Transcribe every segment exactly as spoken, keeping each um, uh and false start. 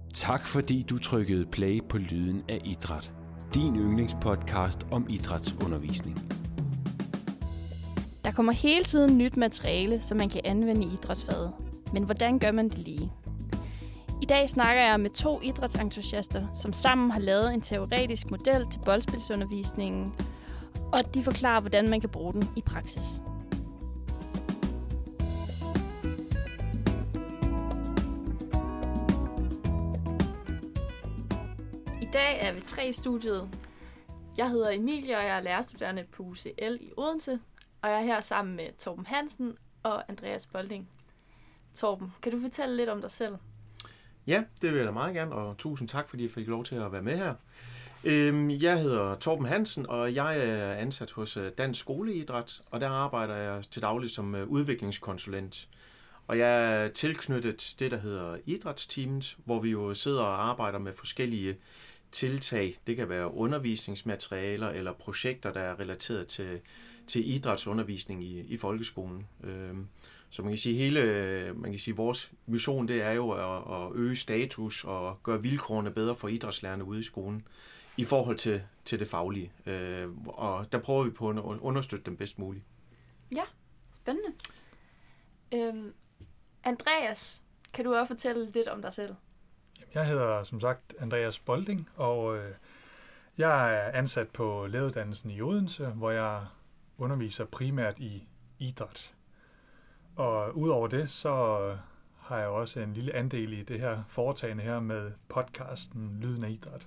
Tak fordi du trykkede play på Lyden af Idræt. Din yndlingspodcast om idrætsundervisning. Der kommer hele tiden nyt materiale, som man kan anvende i idrætsfaget. Men hvordan gør man det lige? I dag snakker jeg med to idrætsentusiaster, som sammen har lavet en teoretisk model til boldspilsundervisningen, og de forklarer, hvordan man kan bruge den i praksis. I dag er vi tre i studiet. Jeg hedder Emilie, og jeg er lærerstuderende på U C L i Odense, og jeg er her sammen med Torben Hansen og Andreas Bolding. Torben, kan du fortælle lidt om dig selv? Ja, det vil jeg da meget gerne, og tusind tak, fordi jeg fik lov til at være med her. Jeg hedder Torben Hansen, og jeg er ansat hos Dansk Skoleidræt, og der arbejder jeg til daglig som udviklingskonsulent. Og jeg er tilknyttet det, der hedder idrætsteamet, hvor vi jo sidder og arbejder med forskellige tiltag. Det kan være undervisningsmaterialer eller projekter, der er relateret til, til idrætsundervisning i, i folkeskolen. Så man kan sige, hele, man kan sige, vores mission, det er jo at, at øge status og gøre vilkårene bedre for idrætslærerne ude i skolen i forhold til, til det faglige. Og der prøver vi på at understøtte dem bedst muligt. Ja, spændende. Øhm, Andreas, kan du også fortælle lidt om dig selv? Jeg hedder som sagt Andreas Bolding, og øh, jeg er ansat på læreruddannelsen i Odense, hvor jeg underviser primært i idræt. Og udover det, så har jeg også en lille andel i det her foretagende her med podcasten Lyden af Idræt.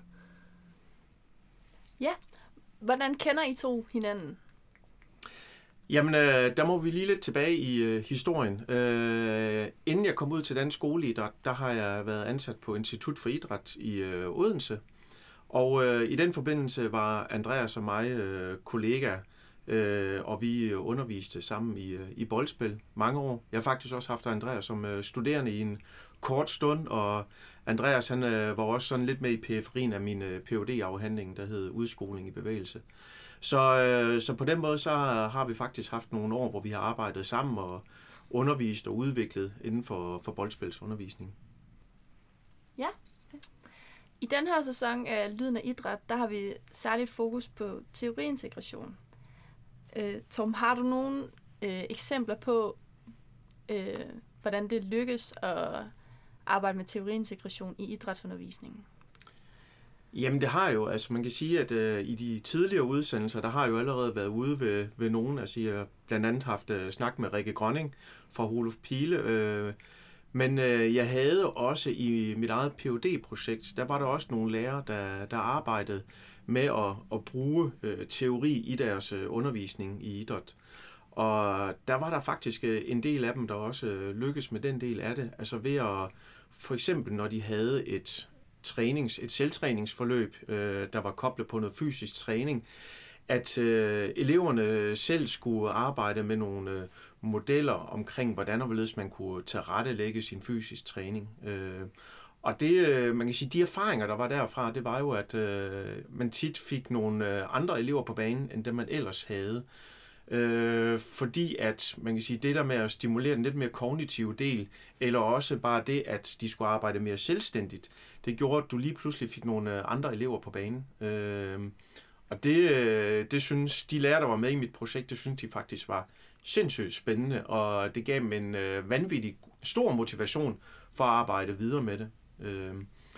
Ja, hvordan kender I to hinanden? Jamen, øh, der må vi lige lidt tilbage i øh, historien. Øh, inden jeg kom ud til Dansk Skoleidræt, der har jeg været ansat på Institut for Idræt i øh, Odense. Og øh, i den forbindelse var Andreas og mig øh, kollegaer, øh, og vi underviste sammen i, øh, i boldspil mange år. Jeg har faktisk også haft Andreas som øh, studerende i en kort stund, og Andreas han, øh, var også sådan lidt med i periferien af min øh, P H D-afhandling, der hed Udskoling i bevægelse. Så, øh, så på den måde så har vi faktisk haft nogle år, hvor vi har arbejdet sammen og undervist og udviklet inden for, for boldspilsundervisning. Ja. I den her sæson af Lyden af Idræt, der har vi særligt fokus på teoriintegration. Øh, Tom, har du nogle øh, eksempler på, øh, hvordan det lykkes at arbejde med teoriintegration i idrætsundervisningen? Jamen det har jo, altså man kan sige, at øh, i de tidligere udsendelser, der har jo allerede været ude ved, ved nogen, altså jeg har blandt andet haft øh, snak med Rikke Grønning fra Holof Pile, øh, men øh, jeg havde også i mit eget P H D-projekt, der var der også nogle lærere, der, der arbejdede med at, at bruge øh, teori i deres øh, undervisning i idræt. Og der var der faktisk øh, en del af dem, der også øh, lykkedes med den del af det, altså ved at, for eksempel når de havde et trænings, et selvtræningsforløb, øh, der var koblet på noget fysisk træning, at øh, eleverne selv skulle arbejde med nogle øh, modeller omkring, hvordan og hvorledes man kunne tilrettelægge sin fysisk træning. Øh, og det, øh, man kan sige, de erfaringer, der var derfra, det var jo, at øh, man tit fik nogle øh, andre elever på banen, end dem man ellers havde. Øh, fordi at man kan sige, det der med at stimulere den lidt mere kognitive del, eller også bare det, at de skulle arbejde mere selvstændigt, det gjorde, at du lige pludselig fik nogle andre elever på banen. Øh, og det, det synes de lærere, der var med i mit projekt, det synes de faktisk var sindssygt spændende, og det gav dem en øh, vanvittig stor motivation for at arbejde videre med det. Øh,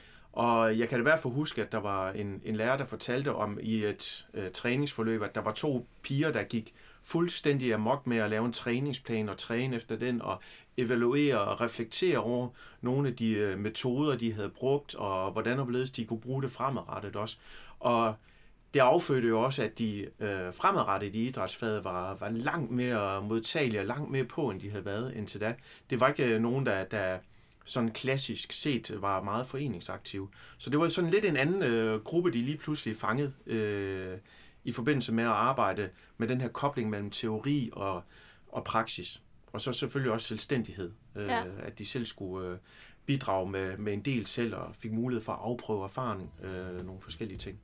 og jeg kan i hvert fald huske, at der var en, en lærer, der fortalte om i et øh, træningsforløb, at der var to piger, der gik fuldstændig amok med at lave en træningsplan og træne efter den, og evaluere og reflektere over nogle af de øh, metoder, de havde brugt, og hvordan og hvorledes de kunne bruge det fremadrettet også. Og det affødte jo også, at de øh, fremadrettet i idrætsfaget var, var langt mere modtagelige og langt mere på, end de havde været indtil da. Det var ikke nogen, der, der sådan klassisk set var meget foreningsaktive. Så det var sådan lidt en anden øh, gruppe, de lige pludselig fangede øh, i forbindelse med at arbejde med den her kobling mellem teori og, og praksis. Og så selvfølgelig også selvstændighed. Øh, ja. At de selv skulle øh, bidrage med, med en del selv og fik mulighed for at afprøve erfaring øh, nogle forskellige ting.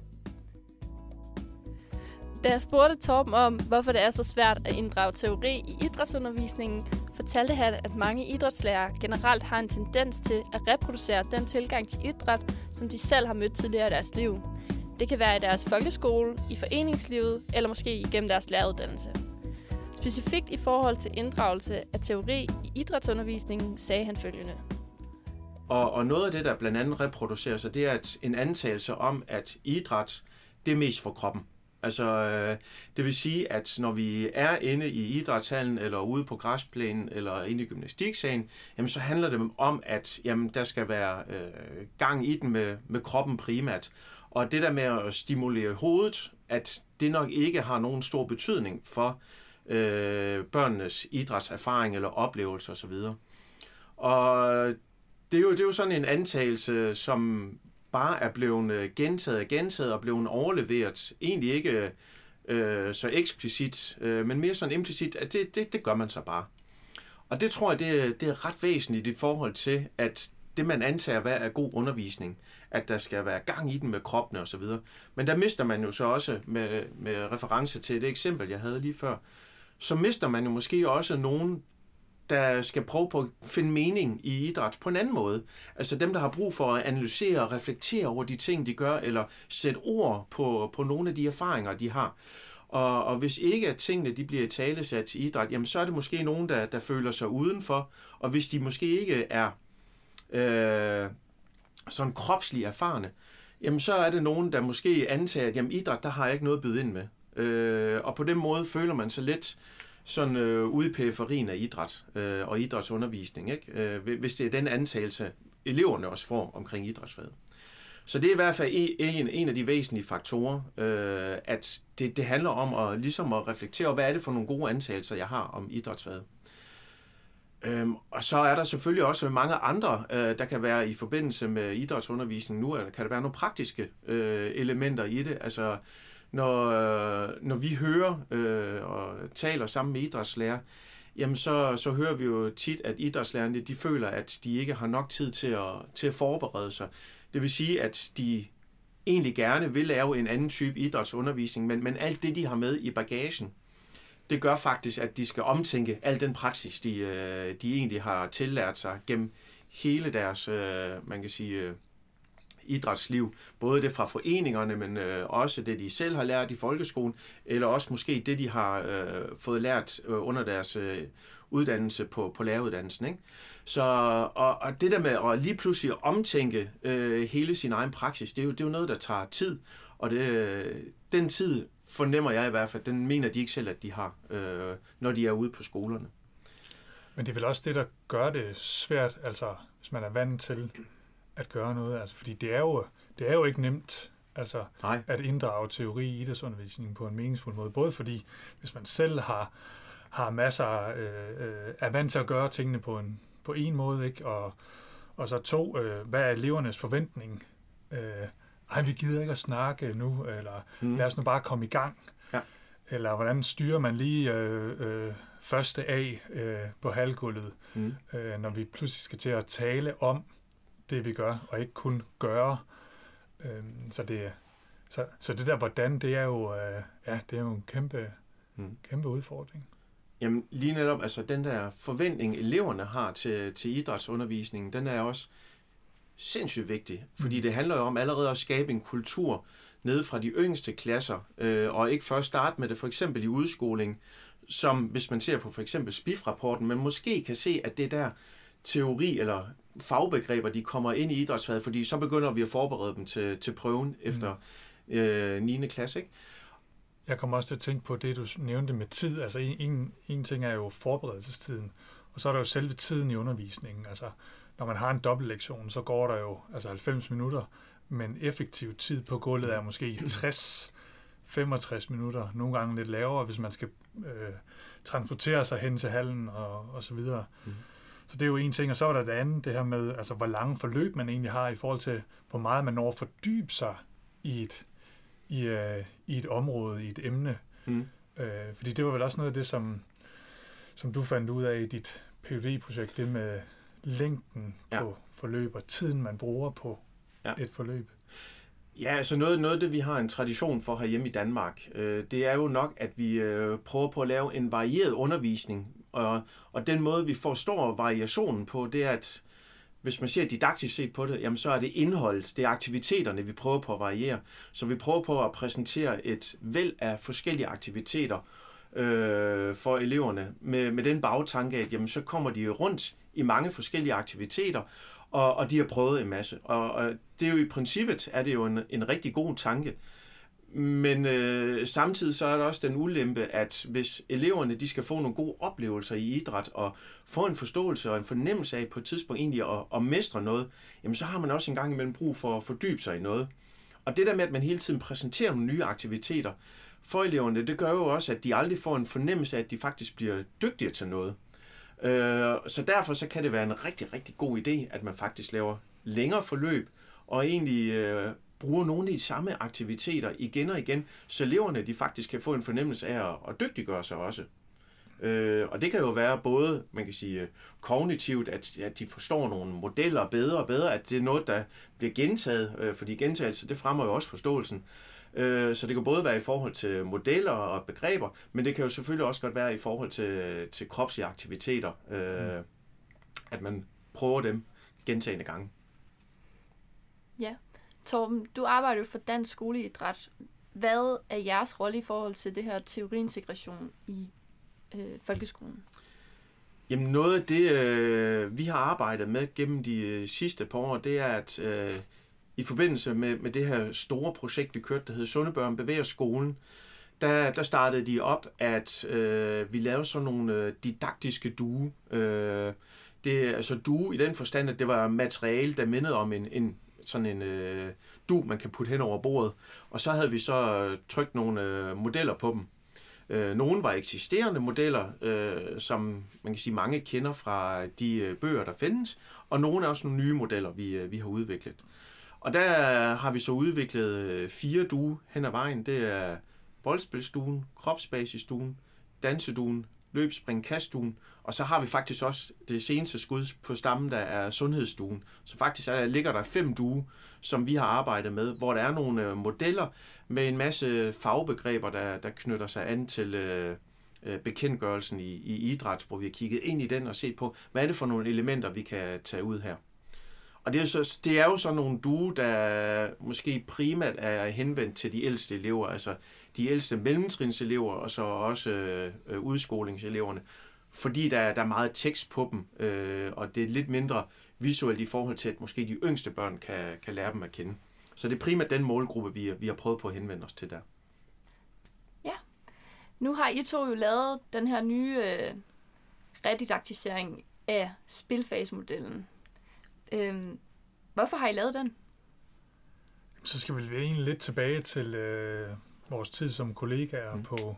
Da jeg spurgte Torben om, hvorfor det er så svært at inddrage teori i idrætsundervisningen, fortalte han, at mange idrætslærere generelt har en tendens til at reproducere den tilgang til idræt, som de selv har mødt tidligere i deres liv. Det kan være i deres folkeskole, i foreningslivet eller måske igennem deres læreruddannelse. Specifikt i forhold til inddragelse af teori i idrætsundervisningen, sagde han følgende. Og, og noget af det, der blandt andet reproducerer sig, det er at en antagelse om, at idræt, det er mest for kroppen. Altså, øh, det vil sige, at når vi er inde i idrætshallen, eller ude på græsplænen, eller inde i gymnastiksalen, jamen, så handler det om, at jamen, der skal være øh, gang i den med, med kroppen primært. Og det der med at stimulere hovedet, at det nok ikke har nogen stor betydning for øh, børnenes idrætserfaring eller oplevelser osv. Og det er, jo, det er jo sådan en antagelse, som bare er blevet gentaget og gentaget og blevet overleveret. Egentlig ikke øh, så eksplicit, øh, men mere sådan implicit, at det, det, det gør man så bare. Og det tror jeg, det, det er ret væsentligt i forhold til, at det man antager, hvad er god undervisning, at der skal være gang i den med kroppen og så videre. Men der mister man jo så også, med, med reference til det eksempel, jeg havde lige før, så mister man jo måske også nogen, der skal prøve på at finde mening i idræt på en anden måde. Altså dem, der har brug for at analysere og reflektere over de ting, de gør, eller sætte ord på, på nogle af de erfaringer, de har. Og, og hvis ikke at tingene de bliver italesat til idræt, jamen så er det måske nogen, der, der føler sig udenfor. Og hvis de måske ikke er øh, sådan kropsligt erfarne, jamen så er det nogen, der måske antager, at jamen, idræt, der har jeg ikke noget at byde ind med. Øh, og på den måde føler man sig lidt sådan øh, ude i periferien af idræt øh, og idrætsundervisning, ikke? Øh, hvis det er den antagelse, eleverne også får omkring idrætsfaget. Så det er i hvert fald en, en af de væsentlige faktorer, øh, at det, det handler om at, ligesom at reflektere over, hvad er det for nogle gode antagelser, jeg har om idrætsfaget. Øhm, og så er der selvfølgelig også mange andre, øh, der kan være i forbindelse med idrætsundervisning nu, eller kan der være nogle praktiske øh, elementer i det. Altså, når, øh, når vi hører øh, og taler sammen med idrætslærer, jamen så, så hører vi jo tit, at idrætslærerne de føler, at de ikke har nok tid til at, til at forberede sig. Det vil sige, at de egentlig gerne vil lave en anden type idrætsundervisning, men, men alt det, de har med i bagagen, det gør faktisk, at de skal omtænke al den praksis, de, de egentlig har tillært sig gennem hele deres, man kan sige, idrætsliv. Både det fra foreningerne, men også det, de selv har lært i folkeskolen, eller også måske det, de har fået lært under deres uddannelse på, på læreruddannelsen, ikke? Så, og, og det der med at lige pludselig omtænke øh, hele sin egen praksis, det er, jo, det er jo noget, der tager tid, og det, den tid fornemmer jeg i hvert fald, den mener de ikke selv, at de har, øh, når de er ude på skolerne. Men det er vel også det, der gør det svært, altså hvis man er vant til at gøre noget, altså fordi det er jo, det er jo ikke nemt, altså Nej. at inddrage teori i idrætsundervisningen på en meningsfuld måde, både fordi hvis man selv har, har masser øh, øh, er vant til at gøre tingene på en på en måde, ikke? Og, og så to, øh, hvad er elevernes forventning? Øh, ej, vi gider ikke at snakke nu, eller mm. lad os nu bare komme i gang. Ja. Eller hvordan styrer man lige øh, øh, første A øh, på halvgulvet, mm. øh, når vi pludselig skal til at tale om det, vi gør, og ikke kun gøre. Øh, så, det, så, så det der hvordan, det er jo, øh, ja, det er jo en kæmpe, mm. kæmpe udfordring. Jamen lige netop, altså den der forventning, eleverne har til, til idrætsundervisningen, den er også sindssygt vigtig, fordi mm. det handler jo om allerede at skabe en kultur nede fra de yngste klasser, øh, og ikke først starte med det for eksempel i udskoling, som hvis man ser på for eksempel S P I F-rapporten, men måske kan se, at det er der teori eller fagbegreber, de kommer ind i idrætsfaget, fordi så begynder vi at forberede dem til, til prøven efter mm. øh, niende klasse, ikke? Jeg kommer også til at tænke på det, du nævnte med tid. Altså en, en, en ting er jo forberedelsestiden, og så er der jo selve tiden i undervisningen. Altså når man har en dobbeltlektion, så går der jo altså halvfems minutter, men effektiv tid på gulvet er måske tres til femogtres minutter, nogle gange lidt lavere, hvis man skal øh, transportere sig hen til hallen og, og så videre. Mm. Så det er jo en ting, og så er der det andet, det her med, altså hvor lange forløb man egentlig har i forhold til, hvor meget man når at fordybe sig i et I, øh, i et område, i et emne. Mm. Øh, fordi det var vel også noget af det, som, som du fandt ud af i dit P H D-projekt, det med længden ja. på forløb og tiden, man bruger på ja. et forløb. Ja, altså noget, noget af det, vi har en tradition for herhjemme i Danmark, øh, det er jo nok, at vi øh, prøver på at lave en varieret undervisning Og, og den måde, vi forstår variationen på, det er, at hvis man ser didaktisk set på det, jamen så er det indholdet, det er aktiviteterne, vi prøver på at variere. Så vi prøver på at præsentere et væld af forskellige aktiviteter øh, for eleverne, med, med den bagtanke, at jamen, så kommer de rundt i mange forskellige aktiviteter, og, og de har prøvet en masse. Og, og det er jo i princippet, er det jo en, en rigtig god tanke. Men øh, samtidig så er der også den ulempe, at hvis eleverne de skal få nogle gode oplevelser i idræt, og få en forståelse og en fornemmelse af på et tidspunkt egentlig at, at mestre noget, jamen så har man også en gang imellem brug for at fordybe sig i noget. Og det der med, at man hele tiden præsenterer nogle nye aktiviteter for eleverne, det gør jo også, at de aldrig får en fornemmelse af, at de faktisk bliver dygtige til noget. Øh, så derfor så kan det være en rigtig, rigtig god idé, at man faktisk laver længere forløb, og egentlig øh, bruger nogle af de samme aktiviteter igen og igen, så eleverne de faktisk kan få en fornemmelse af at, at dygtiggøre sig også. Øh, og det kan jo være både, man kan sige, kognitivt, at, at de forstår nogle modeller bedre og bedre, at det er noget, der bliver gentaget, øh, fordi gentagelse, det fremmer jo også forståelsen. Øh, så det kan både være i forhold til modeller og begreber, men det kan jo selvfølgelig også godt være i forhold til, til kropslige aktiviteter, øh, mm. at man prøver dem gentagende gange. Ja. Torben, du arbejder jo for Dansk Skoleidræt. Hvad er jeres rolle i forhold til det her teoriintegration i øh, folkeskolen? Jamen noget af det, øh, vi har arbejdet med gennem de øh, sidste par år, det er, at øh, i forbindelse med, med det her store projekt, vi kørte, der hed Sunde Børn Bevæger Skolen, der, der startede de op, at øh, vi lavede sådan nogle øh, didaktiske due. Øh, det er altså due i den forstand, at det var materiale, der mindede om en, en sådan en øh, du, man kan putte hen over bordet. Og så havde vi så øh, trykt nogle øh, modeller på dem. Øh, nogle var eksisterende modeller, øh, som man kan sige mange kender fra de øh, bøger, der findes, og nogle er også nogle nye modeller, vi, øh, vi har udviklet. Og der har vi så udviklet øh, fire due hen ad vejen. Det er boldspilsduen, kropsbasisduen, danseduen, løb, spring, kastduen, og så har vi faktisk også det seneste skud på stammen, der er sundhedsduen. Så faktisk er der, ligger der fem due, som vi har arbejdet med, hvor der er nogle øh, modeller med en masse fagbegreber, der, der knytter sig an til øh, bekendtgørelsen i, i idræt, hvor vi har kigget ind i den og set på, hvad er det for nogle elementer, vi kan tage ud her. Og det er, så, det er jo sådan nogle due, der måske primært er henvendt til de ældste elever, altså de ældste mellemtrinselever, og så også øh, udskolingseleverne, fordi der, der er meget tekst på dem, øh, og det er lidt mindre visuelt i forhold til, at måske de yngste børn kan, kan lære dem at kende. Så det er primært den målgruppe, vi, vi har prøvet på at henvende os til der. Ja. Nu har I to jo lavet den her nye øh, redidaktisering af spilfagsmodellen. Øhm, hvorfor har I lavet den? Så skal vi egentlig lidt tilbage til øh, vores tid som kollegaer mm. på,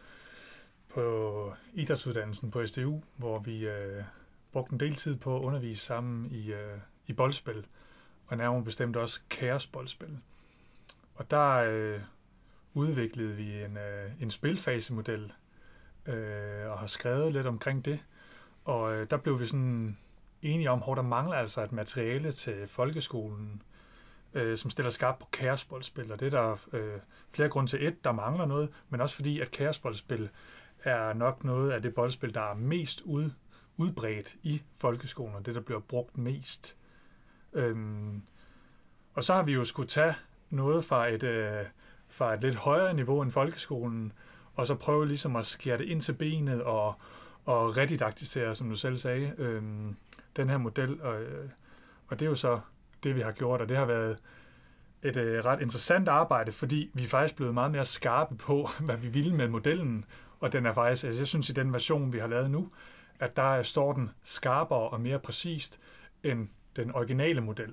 på idrætsuddannelsen på S D U, hvor vi øh, brugte en del tid på at undervise sammen i, øh, i boldspil, og nærmere bestemt også kaosboldspil. Og der øh, udviklede vi en, øh, en spilfasemodel, øh, og har skrevet lidt omkring det, og øh, der blev vi sådan enige om, hvor der mangler altså et materiale til folkeskolen, øh, som stiller skarpt på kaosboldspil, og det er der øh, flere grunde til. Et, der mangler noget, men også fordi, at kaosboldspil er nok noget af det boldspil, der er mest ud, udbredt i folkeskolen, og det, der bliver brugt mest. Øhm, og så har vi jo skulle tage noget fra et, øh, fra et lidt højere niveau end folkeskolen, og så prøve ligesom at skære det ind til benet og, og redidaktisere, som du selv sagde, øh, den her model. Og, øh, og det er jo så det, vi har gjort, og det har været et øh, ret interessant arbejde, fordi vi er faktisk blevet meget mere skarpe på, hvad vi ville med modellen, og den er faktisk, altså jeg synes i den version, vi har lavet nu, at der står den skarpere og mere præcist end den originale model.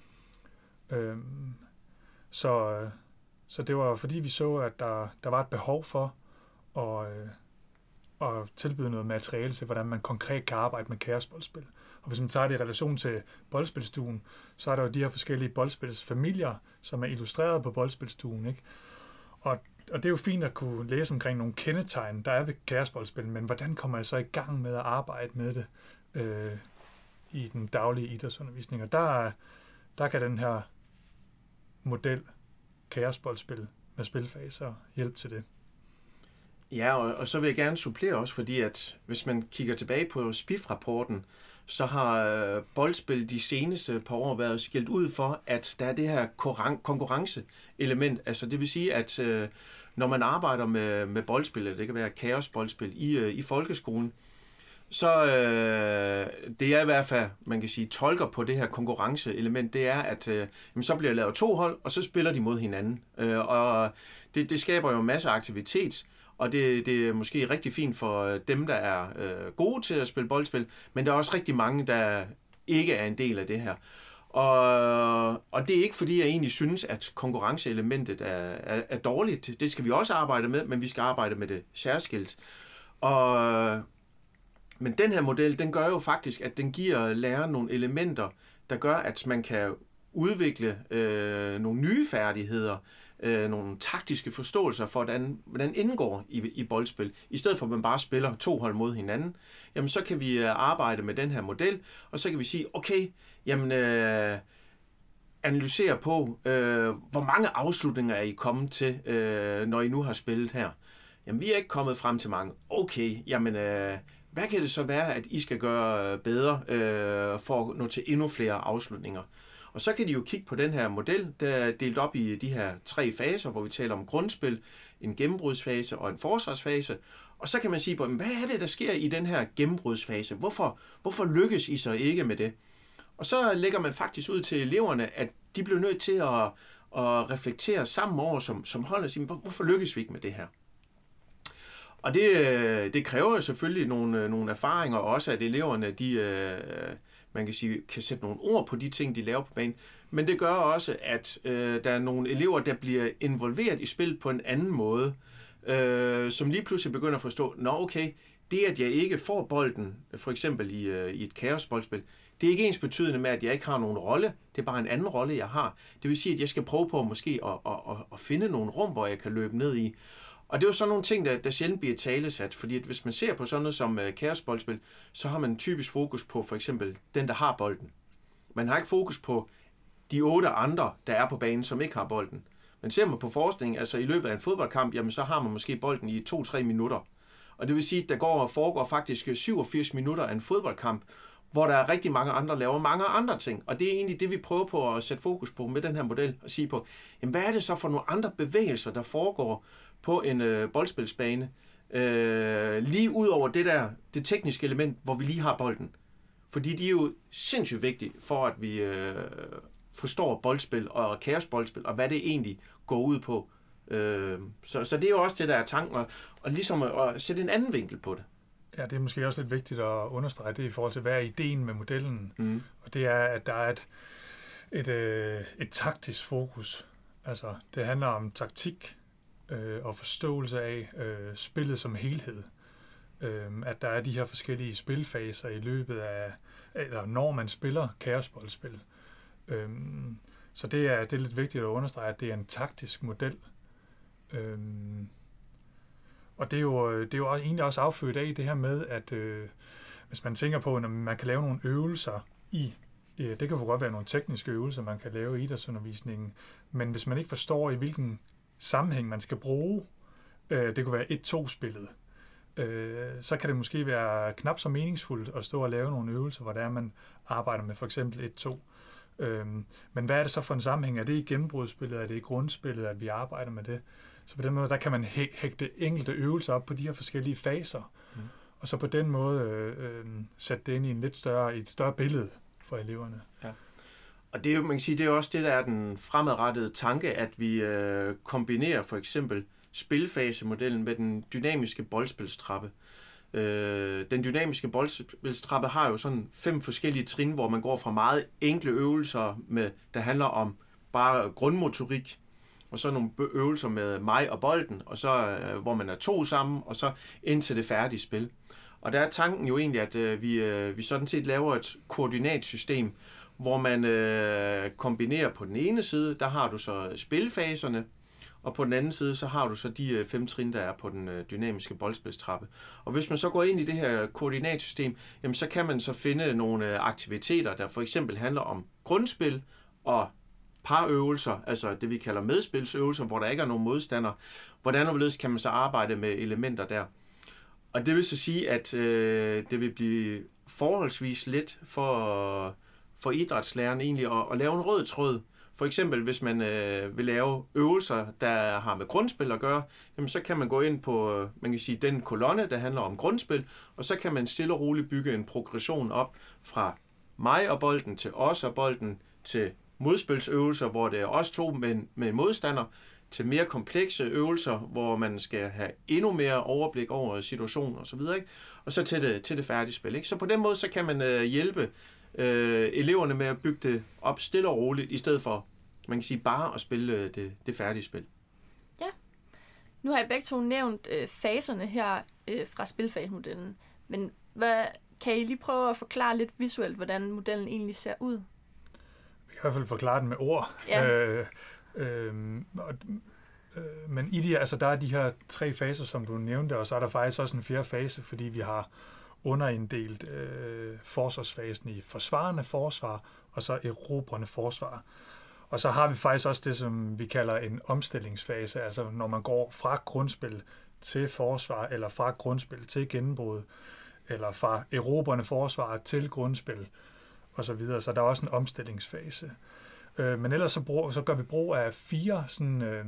Øhm, så, så det var fordi vi så, at der, der var et behov for at, øh, at tilbyde noget materiale til, hvordan man konkret kan arbejde med kaosboldspil. Og hvis man tager det i relation til boldspilstuen, så er der jo de her forskellige boldspilsfamilier, som er illustreret på boldspilstuen, ikke? Og, og det er jo fint at kunne læse omkring nogle kendetegn, der er ved kaosboldspil, men hvordan kommer jeg så i gang med at arbejde med det øh, i den daglige idrætsundervisning? Og der, der kan den her model, kaosboldspil med spilfaser, hjælpe til det. Ja, og, og så vil jeg gerne supplere også, fordi at hvis man kigger tilbage på S P I F-rapporten, så har øh, boldspil de seneste par år været skilt ud for, at der er det her konkurrenceelement. Altså det vil sige, at øh, når man arbejder med, med boldspil, eller det kan være kaosboldspil i, øh, i folkeskolen, så øh, det er i hvert fald, man kan sige, tolker på det her konkurrenceelement, det er, at øh, jamen, så bliver lavet to hold, og så spiller de mod hinanden. Øh, og det, det skaber jo en masse aktivitet, og det, det er måske rigtig fint for dem, der er øh, gode til at spille boldspil, men der er også rigtig mange, der ikke er en del af det her. Og, og det er ikke fordi, jeg egentlig synes, at konkurrenceelementet er, er, er dårligt. Det skal vi også arbejde med, men vi skal arbejde med det særskilt. Og, men den her model, den gør jo faktisk, at den giver læreren nogle elementer, der gør, at man kan udvikle øh, nogle nye færdigheder, øh, nogle taktiske forståelser for, hvordan, hvordan indgår i, i boldspil. I stedet for, at man bare spiller to hold mod hinanden, jamen så kan vi arbejde med den her model, og så kan vi sige, okay, jamen øh, analysere på, øh, hvor mange afslutninger er I kommet til, øh, når I nu har spillet her. Jamen vi er ikke kommet frem til mange. Okay, jamen øh, hvad kan det så være, at I skal gøre bedre øh, for at nå til endnu flere afslutninger? Og så kan de jo kigge på den her model, der er delt op i de her tre faser, hvor vi taler om grundspil, en gennembrudsfase og en forsvarsfase. Og så kan man sige på, hvad er det, der sker i den her gennembrudsfase? Hvorfor, hvorfor lykkes I så ikke med det? Og så lægger man faktisk ud til eleverne, at de bliver nødt til at, at reflektere sammen over som, som hold og sige, hvorfor lykkes vi ikke med det her? Og det, det kræver jo selvfølgelig nogle, nogle erfaringer, også at eleverne, de, man kan sige, kan sætte nogle ord på de ting, de laver på banen. Men det gør også, at øh, der er nogle elever, der bliver involveret i spil på en anden måde, øh, som lige pludselig begynder at forstå, nå okay, det at jeg ikke får bolden, for eksempel i, øh, i et kaosboldspil, det er ikke ens betydende med, at jeg ikke har nogen rolle. Det er bare en anden rolle, jeg har. Det vil sige, at jeg skal prøve på måske at, at, at, at finde nogle rum, hvor jeg kan løbe ned i. Og det er jo sådan nogle ting, der, der sjældent bliver talesat, fordi at hvis man ser på sådan noget som uh, kaosboldspil, så har man typisk fokus på for eksempel den, der har bolden. Man har ikke fokus på de otte andre, der er på banen, som ikke har bolden. Men ser man på forskning, altså i løbet af en fodboldkamp, jamen så har man måske bolden i to til tre minutter. Og det vil sige, at der går og foregår faktisk syvogfirs minutter af en fodboldkamp, hvor der er rigtig mange andre, der laver mange andre ting. Og det er egentlig det, vi prøver på at sætte fokus på med den her model, og sige på, jamen hvad er det så for nogle andre bevægelser, der foregår på en øh, boldspilsbane, øh, lige ud over det der, det tekniske element, hvor vi lige har bolden. Fordi de er jo sindssygt vigtige for, at vi øh, forstår boldspil og kaosboldspil, og hvad det egentlig går ud på. Øh, så, så det er jo også det, der er tanken, og, og ligesom at, at sætte en anden vinkel på det. Ja, det er måske også lidt vigtigt at understrege det i forhold til, hvad er ideen med modellen. Mm. Og det er, at der er et, et, et, et taktisk fokus. Altså, det handler om taktik øh, og forståelse af øh, spillet som helhed. Øh, at der er de her forskellige spilfaser i løbet af, eller når man spiller kaosboldspil. Øh, så det er, det er lidt vigtigt at understrege, at det er en taktisk model. Øh, Og det er jo, det er jo egentlig også affødt af det her med, at øh, hvis man tænker på, at man kan lave nogle øvelser i, øh, det kan jo godt være nogle tekniske øvelser, man kan lave i idrætsundervisningen, men hvis man ikke forstår, i hvilken sammenhæng man skal bruge, øh, det kunne være et-to-spillet, øh, så kan det måske være knap så meningsfuldt at stå og lave nogle øvelser, hvor det er, man arbejder med for eksempel et-to. Øh, men hvad er det så for en sammenhæng? Er det i gennembrudsspillet? Er det i grundspillet, at vi arbejder med det? Så på den måde, der kan man hæ- hægte enkelte øvelser op på de her forskellige faser, mm. og så på den måde øh, øh, sætte det ind i en lidt større, et større billede for eleverne. Ja. Og det er jo, man kan sige, det er også det, der er den fremadrettede tanke, at vi øh, kombinerer for eksempel spilfasemodellen med den dynamiske boldspilstrappe. Øh, den dynamiske boldspilstrappe har jo sådan fem forskellige trin, hvor man går fra meget enkle øvelser, med, der handler om bare grundmotorik, og så nogle øvelser med mig og bolden, og så øh, hvor man er to sammen, og så ind til det færdige spil. Og der er tanken jo egentlig, at øh, vi, øh, vi sådan set laver et koordinatsystem, hvor man øh, kombinerer på den ene side, der har du så spilfaserne, og på den anden side, så har du så de øh, fem trin, der er på den øh, dynamiske boldspilstrappe. Og hvis man så går ind i det her koordinatsystem, jamen, så kan man så finde nogle øh, aktiviteter, der for eksempel handler om grundspil og parøvelser, altså det vi kalder medspilsøvelser, hvor der ikke er nogen modstander. Hvordan og hvorledes kan man så arbejde med elementer der? Og det vil så sige, at øh, det vil blive forholdsvis let for, for idrætslæreren egentlig at, at lave en rød tråd. For eksempel, hvis man øh, vil lave øvelser, der har med grundspil at gøre, jamen, så kan man gå ind på man kan sige, den kolonne, der handler om grundspil, og så kan man stille og roligt bygge en progression op fra mig og bolden til os og bolden til modspilsøvelser, hvor det er os to med, med en modstander, til mere komplekse øvelser, hvor man skal have endnu mere overblik over situationen og så videre, ikke? Og så til det, til det færdige spil, ikke? Så på den måde, så kan man øh, hjælpe øh, eleverne med at bygge det op stille og roligt, i stedet for, man kan sige, bare at spille øh, det, det færdige spil. Ja. Nu har jeg begge to nævnt øh, faserne her øh, fra spilfagsmodellen, men hvad, kan I lige prøve at forklare lidt visuelt, hvordan modellen egentlig ser ud? Vi kan i hvert fald forklare den med ord. Ja. Øh, øh, og, øh, men i de, altså, der er de her tre faser, som du nævnte, og så er der faktisk også en fjerde fase, fordi vi har underinddelt øh, forsvarsfasen i forsvarende forsvar, og så erobrende forsvar. Og så har vi faktisk også det, som vi kalder en omstillingsfase, altså når man går fra grundspil til forsvar, eller fra grundspil til gennembrud, eller fra erobrende forsvar til grundspil, og så videre. Så der er også en omstillingsfase. Øh, men ellers så, brug, så gør vi brug af fire sådan, øh,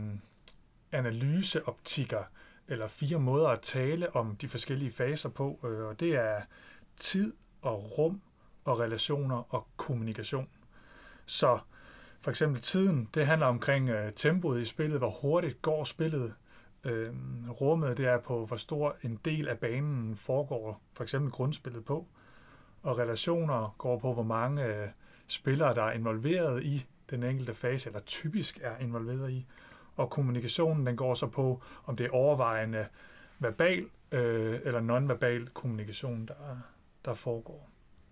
analyseoptikker, eller fire måder at tale om de forskellige faser på, øh, og det er tid og rum og relationer og kommunikation. Så for eksempel tiden, det handler omkring øh, tempoet i spillet, hvor hurtigt går spillet. Øh, rummet, det er på, hvor stor en del af banen foregår, for eksempel grundspillet på. Og relationer går på, hvor mange øh, spillere, der er involveret i den enkelte fase, eller typisk er involveret i. Og kommunikationen, den går så på, om det er overvejende verbal øh, eller non-verbal kommunikation, der, der foregår.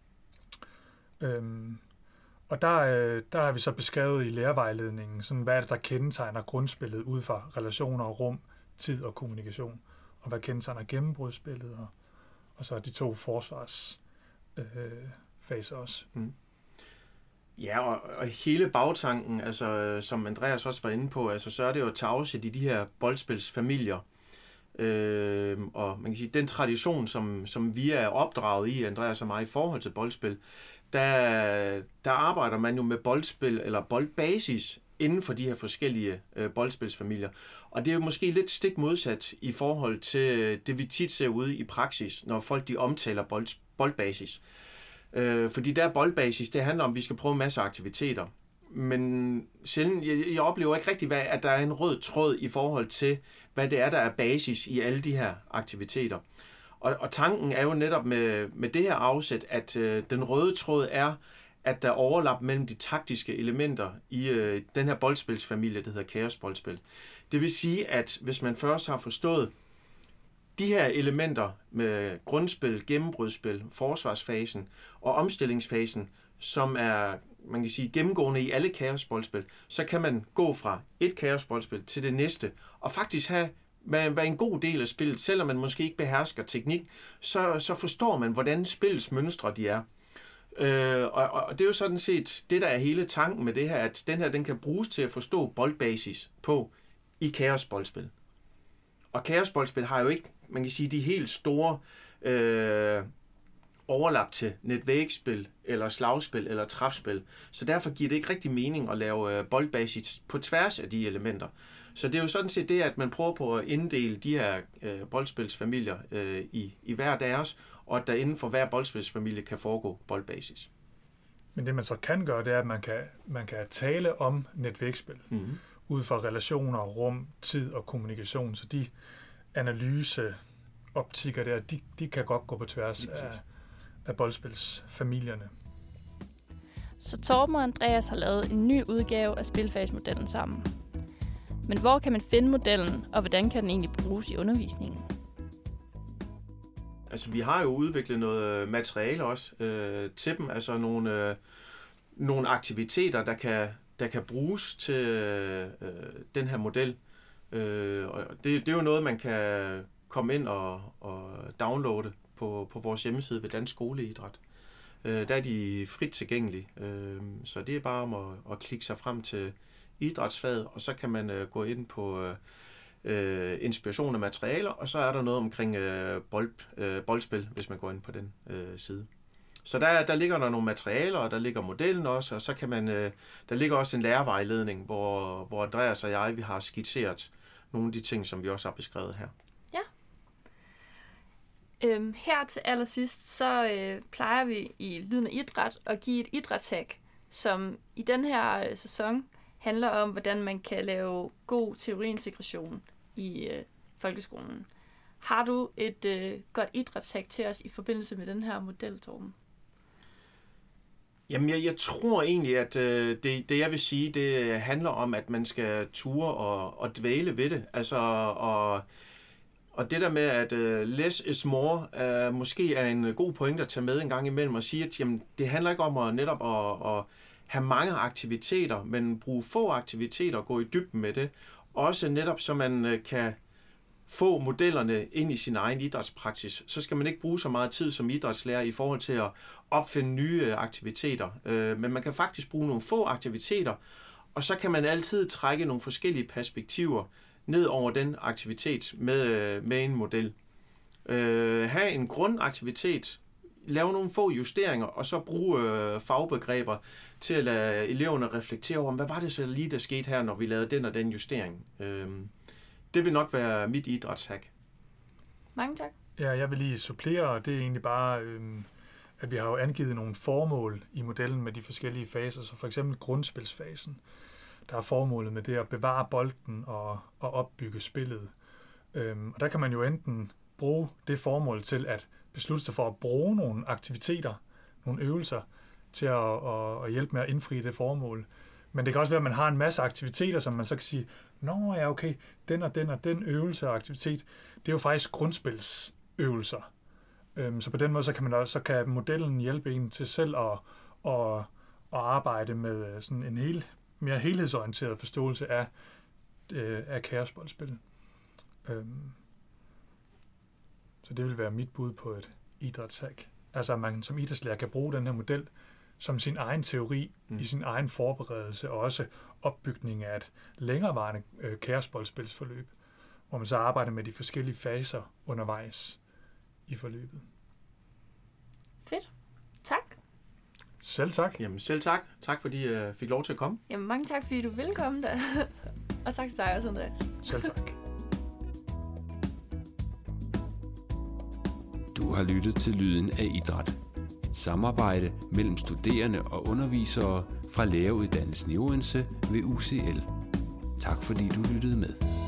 Øhm, og der, øh, der har vi så beskrevet i lærervejledningen, sådan, hvad er det, der kendetegner grundspillet ud fra relationer, rum, tid og kommunikation, og hvad kendetegner gennembrudsspillet, og, og så de to forsvarsfaser øh, også. Mm. Ja, og, og hele bagtanken, altså, som Andreas også var inde på, altså, så er det jo at tage afsæt i de her boldspilsfamilier. Øh, og man kan sige, den tradition, som, som vi er opdraget i, Andreas og mig, i forhold til boldspil, der, der arbejder man jo med boldspil eller boldbasis inden for de her forskellige øh, boldspilsfamilier. Og det er jo måske lidt stik modsat i forhold til det, vi tit ser ude i praksis, når folk de omtaler bold, boldbasis. Øh, fordi der boldbasis, det handler om, at vi skal prøve masser af aktiviteter. Men sjældent, jeg, jeg oplever ikke rigtig, hvad, at der er en rød tråd i forhold til, hvad det er, der er basis i alle de her aktiviteter. Og, og tanken er jo netop med, med det her afsæt, at øh, den røde tråd er, at der er overlap mellem de taktiske elementer i øh, den her boldspilsfamilie, der hedder kaosboldspil. Det vil sige, at hvis man først har forstået de her elementer med grundspil, gennembrudsspil, forsvarsfasen og omstillingsfasen, som er, man kan sige, gennemgående i alle kaosboldspil, så kan man gå fra et kaosboldspil til det næste, og faktisk have være en god del af spillet, selvom man måske ikke behersker teknik, så, så forstår man, hvordan spillets mønstre de er. Øh, og, og det er jo sådan set det, der er hele tanken med det her, at den her den kan bruges til at forstå boldbasis på i kaosboldspil. Og kaosboldspil har jo ikke, man kan sige, de helt store øh, overlap til netvægspil, eller slagspil, eller træfspil. Så derfor giver det ikke rigtig mening at lave øh, boldbasis på tværs af de elementer. Så det er jo sådan set det, at man prøver på at inddele de her øh, boldspilsfamilier øh, i, i hver deres, og at der inden for hver boldspilsfamilie kan foregå boldbasis. Men det man så kan gøre, det er, at man kan, man kan tale om netvægspil, mm-hmm. ud fra relationer, rum, tid og kommunikation. Så de analyseoptikker der, de, de kan godt gå på tværs af, af boldspilsfamilierne. Så Torben og Andreas har lavet en ny udgave af spilfagsmodellen sammen. Men hvor kan man finde modellen, og hvordan kan den egentlig bruges i undervisningen? Altså, vi har jo udviklet noget materiale også øh, til dem, altså nogle, øh, nogle aktiviteter, der kan, der kan bruges til øh, den her model. Øh, og det, det er jo noget, man kan komme ind og, og downloade på, på vores hjemmeside ved Dansk Skoleidræt. Øh, der er de frit tilgængelige. Øh, så det er bare om at, at klikke sig frem til idrætsfaget, og så kan man øh, gå ind på øh, øh, inspiration af materialer, og så er der noget omkring øh, bold, øh, boldspil, hvis man går ind på den øh, side. Så der, der ligger der nogle materialer, og der ligger modellen også, og så kan man, øh, der ligger også en lærervejledning, hvor, hvor Andreas og jeg, vi har skitseret nogle af de ting, som vi også har beskrevet her. Ja. Øhm, her til allersidst, så øh, plejer vi i Lyden af Idræt at give et idrætshack, som i den her øh, sæson handler om, hvordan man kan lave god teoriintegration i øh, folkeskolen. Har du et øh, godt idrætshack til os i forbindelse med den her model, Torben? Jamen, jeg, jeg tror egentlig, at øh, det, det, jeg vil sige, det handler om, at man skal ture og, og dvæle ved det. Altså, og, og det der med, at øh, less is more, øh, måske er en god point at tage med en gang imellem og sige, at jamen, det handler ikke om at netop at, at have mange aktiviteter, men bruge få aktiviteter og gå i dybden med det. Også netop, så man øh, kan få modellerne ind i sin egen idrætspraksis, så skal man ikke bruge så meget tid som idrætslærer i forhold til at opfinde nye aktiviteter. Men man kan faktisk bruge nogle få aktiviteter, og så kan man altid trække nogle forskellige perspektiver ned over den aktivitet med, med en model. Have en grundaktivitet, lave nogle få justeringer, og så bruge fagbegreber til at lade eleverne reflektere over, hvad var det så lige, der skete her, når vi lavede den og den justering. Det vil nok være mit idrætshack. Mange tak. Ja, jeg vil lige supplere, og det er egentlig bare, øhm, at vi har jo angivet nogle formål i modellen med de forskellige faser, så for eksempel grundspilsfasen. Der er formålet med det at bevare bolden og, og opbygge spillet. Øhm, og der kan man jo enten bruge det formål til at beslutte sig for at bruge nogle aktiviteter, nogle øvelser, til at, at, at hjælpe med at indfri det formål. Men det kan også være, at man har en masse aktiviteter, som man så kan sige, nå ja, okay, den og den og den øvelse og aktivitet, det er jo faktisk grundspilsøvelser. Øhm, så på den måde, så kan, man også, så kan modellen hjælpe en til selv at, at, at arbejde med sådan en hel, mere helhedsorienteret forståelse af, øh, af kaosboldspil. Øhm, så det vil være mit bud på et idrætshack. Altså, at man som idrætslærer kan bruge den her model som sin egen teori, mm. i sin egen forberedelse, og også opbygning af et længerevarende øh, kaosboldspilsforløb, hvor man så arbejder med de forskellige faser undervejs i forløbet. Fedt. Tak. Selv tak. Jamen selv tak. Tak fordi jeg fik lov til at komme. Jamen mange tak, fordi du ville komme da. Og tak til dig også, Andreas. Selv tak. Du har lyttet til Lyden af Idræt. Et samarbejde mellem studerende og undervisere fra læreruddannelsen i Odense ved U C L. Tak fordi du lyttede med.